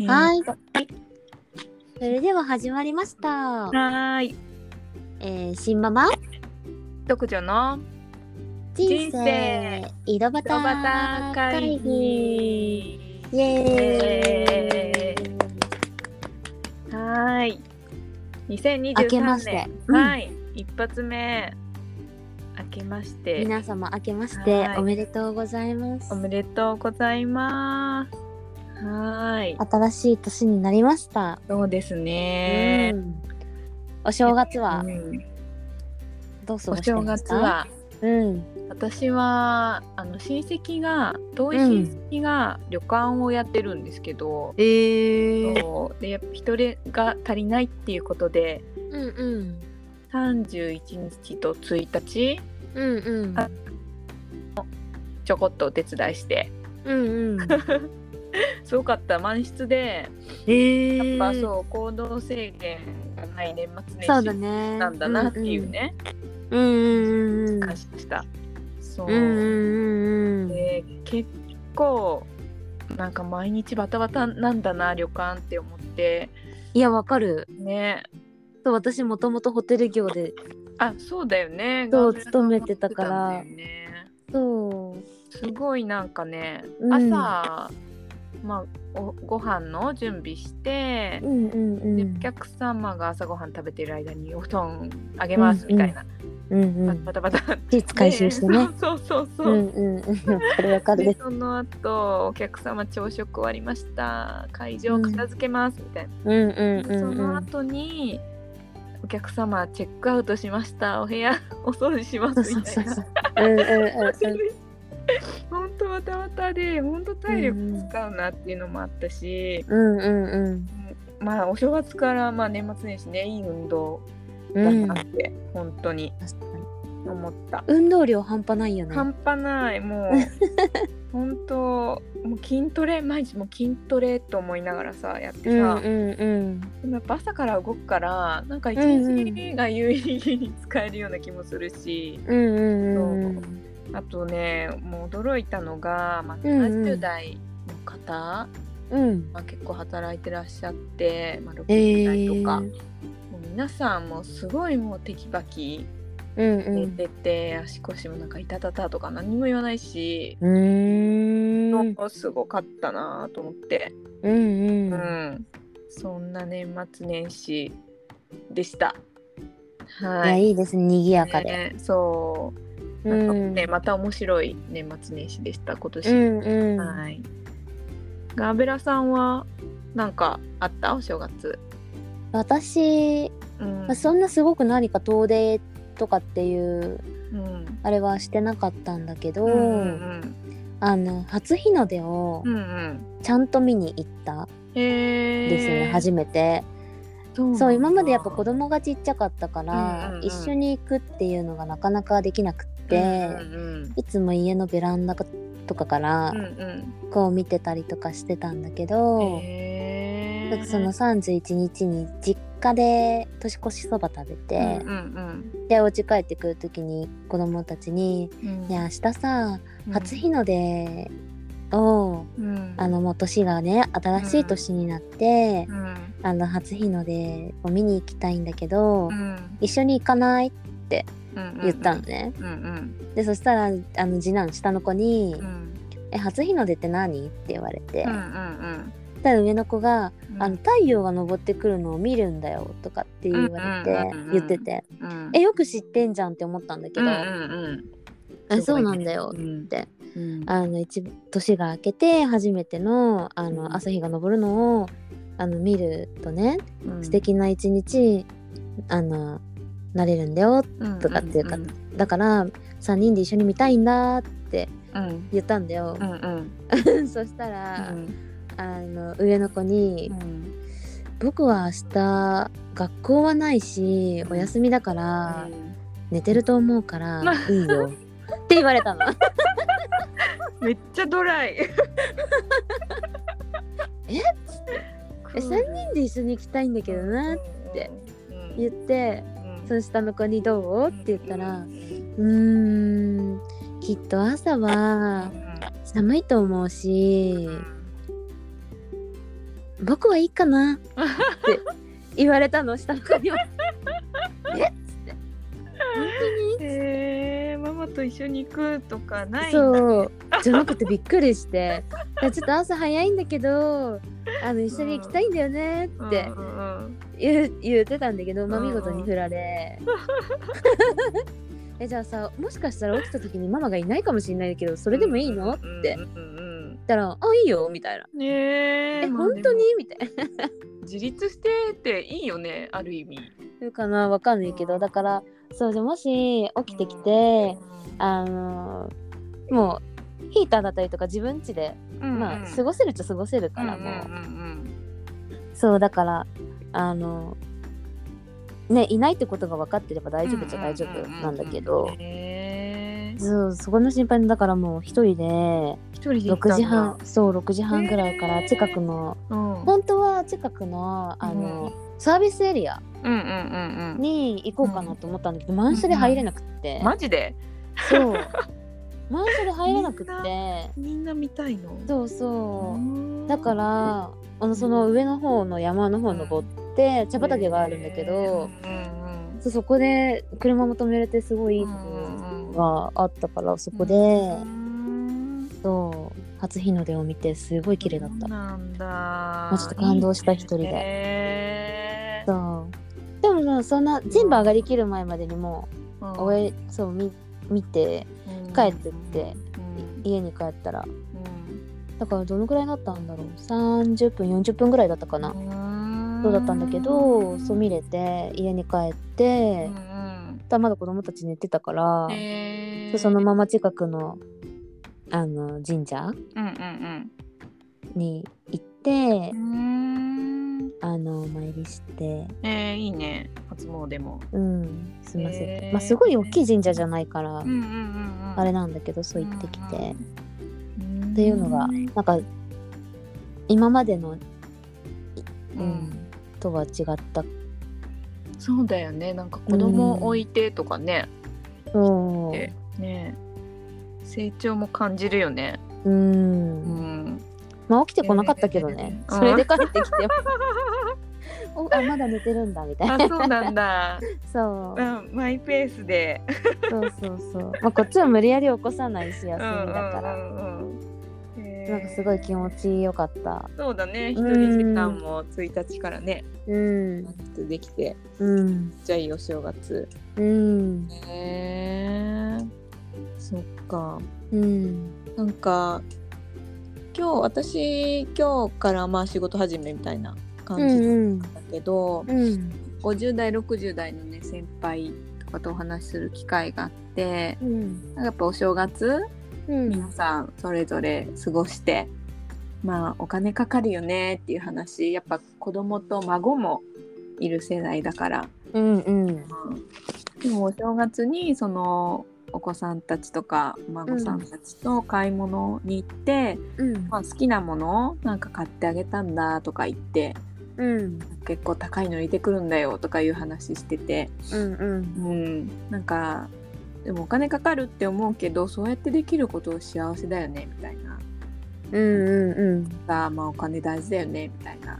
はい。 はい。 それでは始まりました。 はい。 新ママ独女の人生井戸井戸端端会会議議。 イエーイ。 はい。 明けま 2023 して年、はい。一発目明けまして、 皆様明けましてはいおめでとうございます。 おめでとうございます。はい。 新しい年になりました。 そうですね。 お正月はどう過お正ごしてました？ 月はうん私は遠い親戚が旅館をやってるんですけど、そうでやっぱ人手が足りないっていうことで、31日と1日、ちょこっとお手伝いして、すごかった。満室で、やっぱそう行動制限がない年末年始なんだなっていうね、感謝した。そう、で結構なんか毎日バタバタなんだな旅館って思って。 いやわかるね。 そう、私もともとホテル業でそうだよね。 そう勤めてたから、 そうすごいなんかね、朝ご飯の準備して、でお客様が朝ご飯食べてる間にお布団あげますみたいな、バタバタシーツ回収してね。 そうこれわかるです。 でその後お客様朝食終わりました、会場片付けますみたいな、その後にお客様チェックアウトしました、お部屋お掃除しますみたいな。本当バタバタで本当体力使うなっていうのもあったし、まあお正月から年末年始ね、いい運動だなって本当に思った。 運動量半端ないよね。 半端ない。もう本当もう筋トレ、毎日も筋トレと思いながらさやってさ、でもやっぱ朝から動くからなんか一日が有意義に使えるような気もするし、あとね、もう驚いたのが、70代の方、結構働いてらっしゃって、60代とか、もう皆さんもすごいもうテキパキ寝てて、足腰もなんかいたたたとか何も言わないし、すごかったなと思って、そんな年末年始でした。はい。いや、 いいですね、賑やかで。 そうなんかね、また面白い年末年始でした今年。はい。ガーベラさんはなんかあった？お正月。 私、そんなすごく何か遠出とかっていう、あれはしてなかったんだけど、初日の出をちゃんと見に行ったですね、初めて。そう今までやっぱ子供がちっちゃかったから、一緒に行くっていうのがなかなかできなくって、いつも家のベランダとかから、こう見てたりとかしてたんだけど、その31日に実家で年越しそば食べて、でお家帰ってくる時に子供たちに、いや明日さ、初日の出を、もう年がね新しい年になって、初日の出を見に行きたいんだけど、一緒に行かないって言ったのね。でそしたら次男下の子に、初日の出って何？って言われて、ただ上の子が、太陽が昇ってくるのを見るんだよとかって言ってて、よく知ってんじゃんって思ったんだけど、そうなんだよって、年が明けて初めての朝日が昇るのを見るとね、素敵な一日なれるんだよとかっていうか、だから3人で一緒に見たいんだって言ったんだよ。そしたら、上の子に、僕は明日学校はないしお休みだから、寝てると思うからいいよって言われたの。 めっちゃドライ。 3人で一緒に行きたいんだけどなって言って、その下の子にどうって言ったら、きっと朝は寒いと思うし、 僕はいいかなって言われたの、下の子には。えっつって本当にママと一緒に行くとかないんだ、ね、 そうじゃなくてびっくりしてちょっと朝早いんだけど一緒に行きたいんだよねって言ってたんだけど、見事に振られじゃあさ、もしかしたら起きた時にママがいないかもしれないけどそれでもいいのって言ったら、あ、いいよみたいな。本当にみたいな。 自立してっていいよね、ある意味。 そうかな、わかんないけど、だからそうでもし起きてきて、もうヒーターだったりとか自分家で、まあ過ごせるっちゃ過ごせるからもう、そうだからね、いないってことが分かってれば大丈夫っちゃ大丈夫なんだけど、そこの心配だからもう一人で6時半そう6時半ぐらいから近くの、本当は近くのサービスエリアに行こうかなと思ったんだけど、満車で入れなくって、 マジでそう満車で入れなくってみんな見たいの。 そうそうだからその上の方の山の方登って茶畑があるんだけど、そこで車も止めれてすごいいいとこがあったから、そこでそう初日の出を見てすごい綺麗だった。 なんだ、 まあ、ちょっと感動した一人で。そうでもそんな全部上がりきる前までにもそう見て帰ってって、家に帰ったら、だからどのくらいだったんだろう、30分40分ぐらいだったかな、そうだったんだけど、そう見れて家に帰って、まだ子供たち寝てたから、そのまま近くの神社に行って、お参りして、 いいね、初詣も済ませて、すごい大きい神社じゃないから、あれなんだけど、そう行ってきてっていうのがなんか今までのとは違った。 そうだよね、なんか子供置いてとかね、ね成長も感じるよね。 まあ起きてこなかったけどね、それで帰ってきてまだ寝てるんだみたいな。 そうなんだそう、マイペースでそう、まあ、こっちは無理やり起こさないし休みだから、なんかすごい気持ちよかった。 そうだね、一人時間も1日からね、できて、じゃあいいお正月。そっか。なんか私今日からまあ仕事始めみたいな感じなんだけど、50代60代のね先輩とかとお話しする機会があって、やっぱお正月、皆さんそれぞれ過ごして、まあお金かかるよねっていう話、やっぱ子供と孫もいる世代だから、でもお正月にそのお子さんたちとかお孫さんたちと買い物に行って、まあ、好きなものをなんか買ってあげたんだとか言って、結構高いの入れてくるんだよとかいう話してて、なんかでもお金かかるって思うけど、そうやってできることを幸せだよねみたいな、まあお金大事だよねみたいな、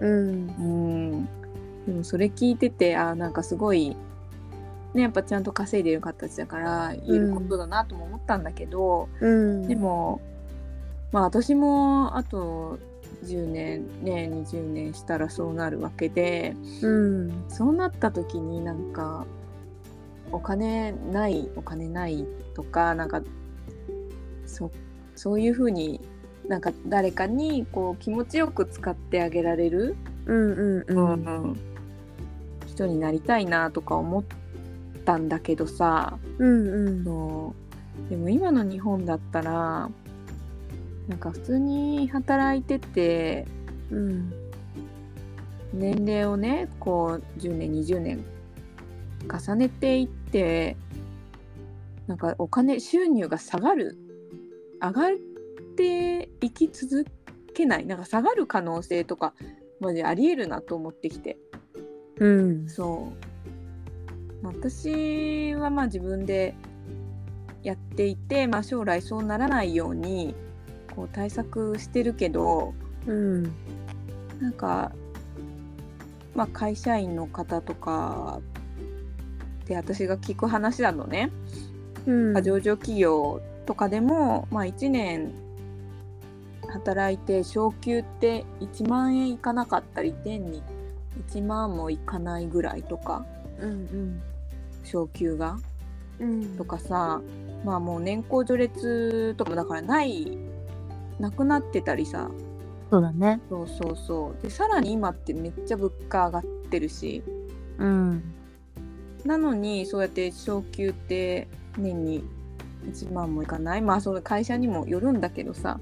でもそれ聞いてて、なんかすごいね、やっぱちゃんと稼いでる方たちだから言えることだなとも思ったんだけど、でもまあ私もあと10年ね20年したらそうなるわけで、そうなった時になんかお金ないとか、なんかそういう風になんか誰かにこう気持ちよく使ってあげられる、人になりたいなとか思ったんだけどさ、でも今の日本だったらなんか普通に働いてて、年齢をねこう10年20年重ねていって、なんかお金収入が上がっていき続けない、なんか下がる可能性とかまでありえるなと思ってきて、私はまあ自分でやっていて、まあ、将来そうならないようにこう対策してるけど、 なんかまあ会社員の方とかで私が聞く話なのね、上場企業とかでも、まあ、1年働いて昇給って1万円いかなかったり年に1万もいかないぐらいとか、昇給が、とかさ、まあもう年功序列とかもだからなくなってたりさ。 そうだね。 そうでさらに今ってめっちゃ物価上がってるし、なのにそうやって昇給って年に1万もいかない、まあその会社にもよるんだけどさ、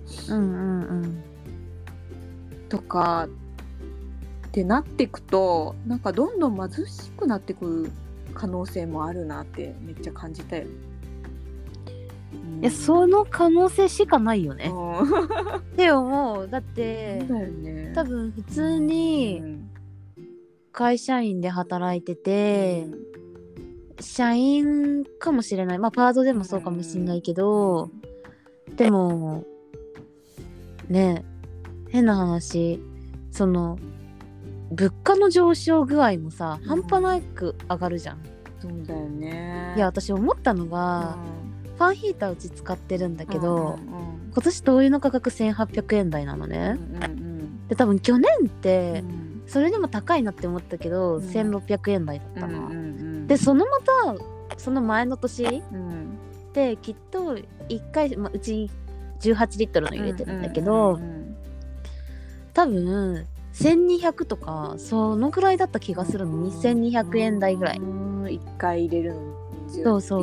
とかってなってくとなんかどんどん貧しくなってくる可能性もあるなってめっちゃ感じたよ。 いやその可能性しかないよねって思う。だってそうだよね、 多分普通に会社員で働いてて、社員かもしれない、まあパートでもそうかもしれないけど、でもね変な話その物価の上昇具合もさ、半端なく上がるじゃん。 そうだよね。 いや私思ったのが、ファンヒーターうち使ってるんだけど、今年灯油の価格1800円台なのね、で多分去年ってそれでも高いなって思ったけど、1600円台だったな、でそのまたその前の年、できっと1回、まあ、うち18リットルの入れてるんだけど、多分1200とかそのぐらいだった気がするの。2200円台ぐらい 1回入れるの。そう、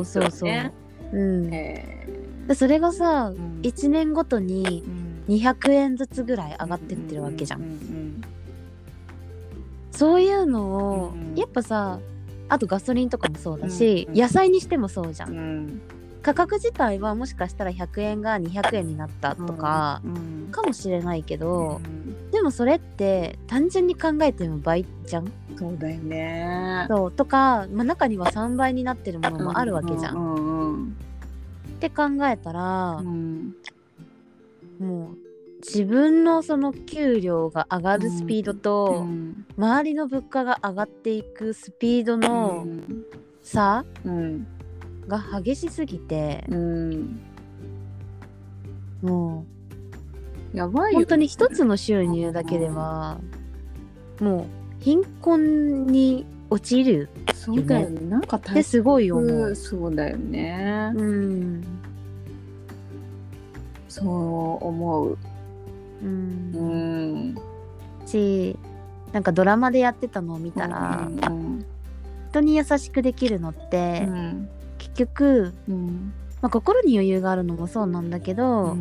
でそれがさ、1年ごとに200円ずつぐらい上がってってるわけじゃん、そういうのを、やっぱさ、あとガソリンとかもそうだし、野菜にしてもそうじゃん、価格自体はもしかしたら100円が200円になったとか、かもしれないけど、でもそれって単純に考えても倍じゃん。 そうだよね。 そうとか、まあ、中には3倍になってるものもあるわけじゃん、って考えたら、もう自分のその給料が上がるスピードと、周りの物価が上がっていくスピードの差、が激しすぎて、もうやばいよ、 本当に一つの収入だけではもう貧困に陥るよね。 そうだよね。なんかってすごい思う。 そうだよね。そう思う。 なんかドラマでやってたのを見たら、人に優しくできるのって、結局、まあ、心に余裕があるのもそうなんだけど、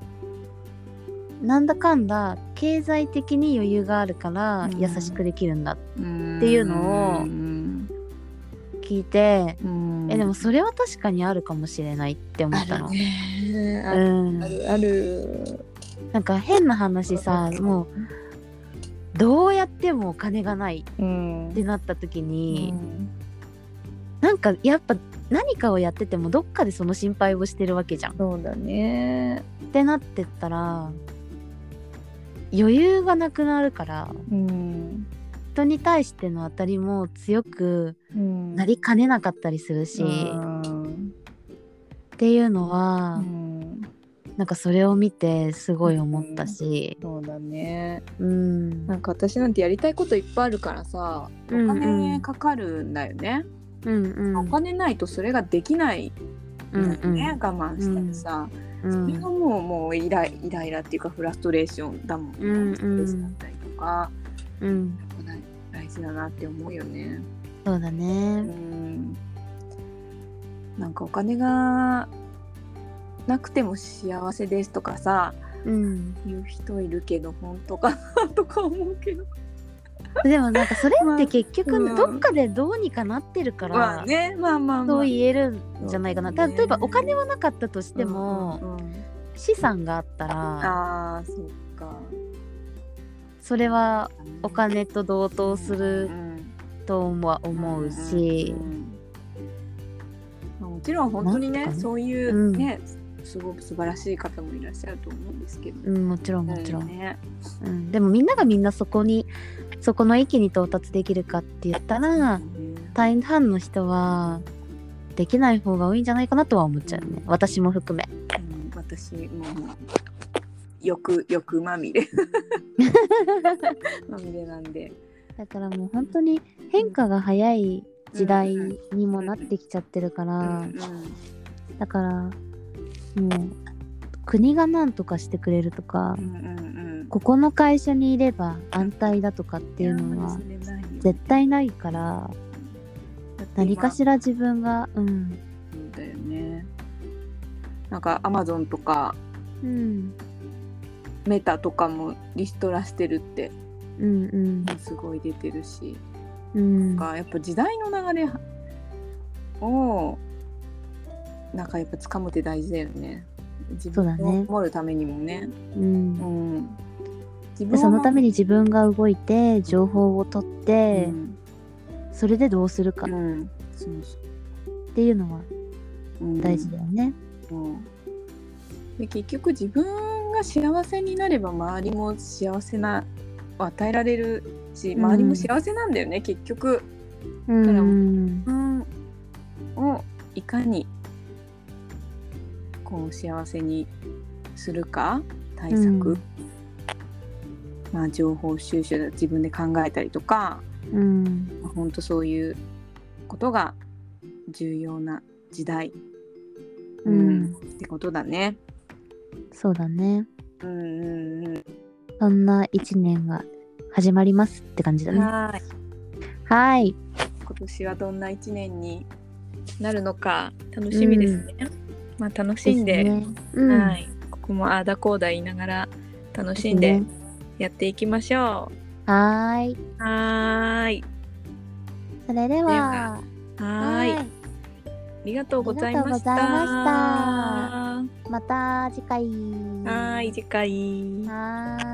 なんだかんだ経済的に余裕があるから優しくできるんだっていうのを聞いて、でもそれは確かにあるかもしれないって思ったの。 ある。 なんか変な話さ、もうどうやってもお金がないってなった時に、なんかやっぱ何かをやっててもどっかでその心配をしてるわけじゃん。 そうだね。 ってなってったら余裕がなくなるから、人に対しての当たりも強くなりかねなかったりするし、っていうのは、なんかそれを見てすごい思ったし、 そうだね。なんか私なんてやりたいこといっぱいあるからさ、お金かかるんだよね。お金ないとそれができないんだよね、我慢したりさ、それがもうイライラっていうかフラストレーションだもん、ストレスだったりとか、大事だなって思うよね。 そうだね。 なんかお金がなくても幸せですとかさ、言う人いるけど本当かなとか思うけどでもなんかそれって結局どっかでどうにかなってるから、そう言えるんじゃないかな。例えばお金はなかったとしても、資産があったら、 そっか、 それはお金と同等するとは思うし、 もちろん本当にね、そういうね、 すごく素晴らしい方もいらっしゃると思うんですけど、 もちろんもちろん、でもみんながみんなそこの域に到達できるかって言ったら、大半の人はできない方が多いんじゃないかなとは思っちゃうね、私も含め。 私も欲まみれまみれなんで、 だからもう本当に変化が早い時代にもなってきちゃってるから、だからもう国が何とかしてくれるとか、ここの会社にいれば安泰だとかっていうのは絶対ないから、何かしら自分がそうだよね。なんかアマゾンとか、メタとかもリストラしてるって、すごい出てるし、なんかやっぱ時代の流れをなんかやっぱ掴むって大事だよね。自分を守るためにもね。 そのために自分が動いて情報を取って、それでどうするかっていうのは大事だよね。 で結局自分が幸せになれば周りも幸せな与えられるし、周りも幸せなんだよね、結局。だからをいかにこう幸せにするか、対策、情報収集で自分で考えたりとか、本当そういうことが重要な時代、ってことだね。 そうだね。そんな一年が始まりますって感じだね。はい。 今年はどんな一年になるのか楽しみですね。楽しんで、ここもあーだこーだ言いながら楽しんでやっていきましょう。はーい。 それでは、 ありがとうございました。 また次回。 次回。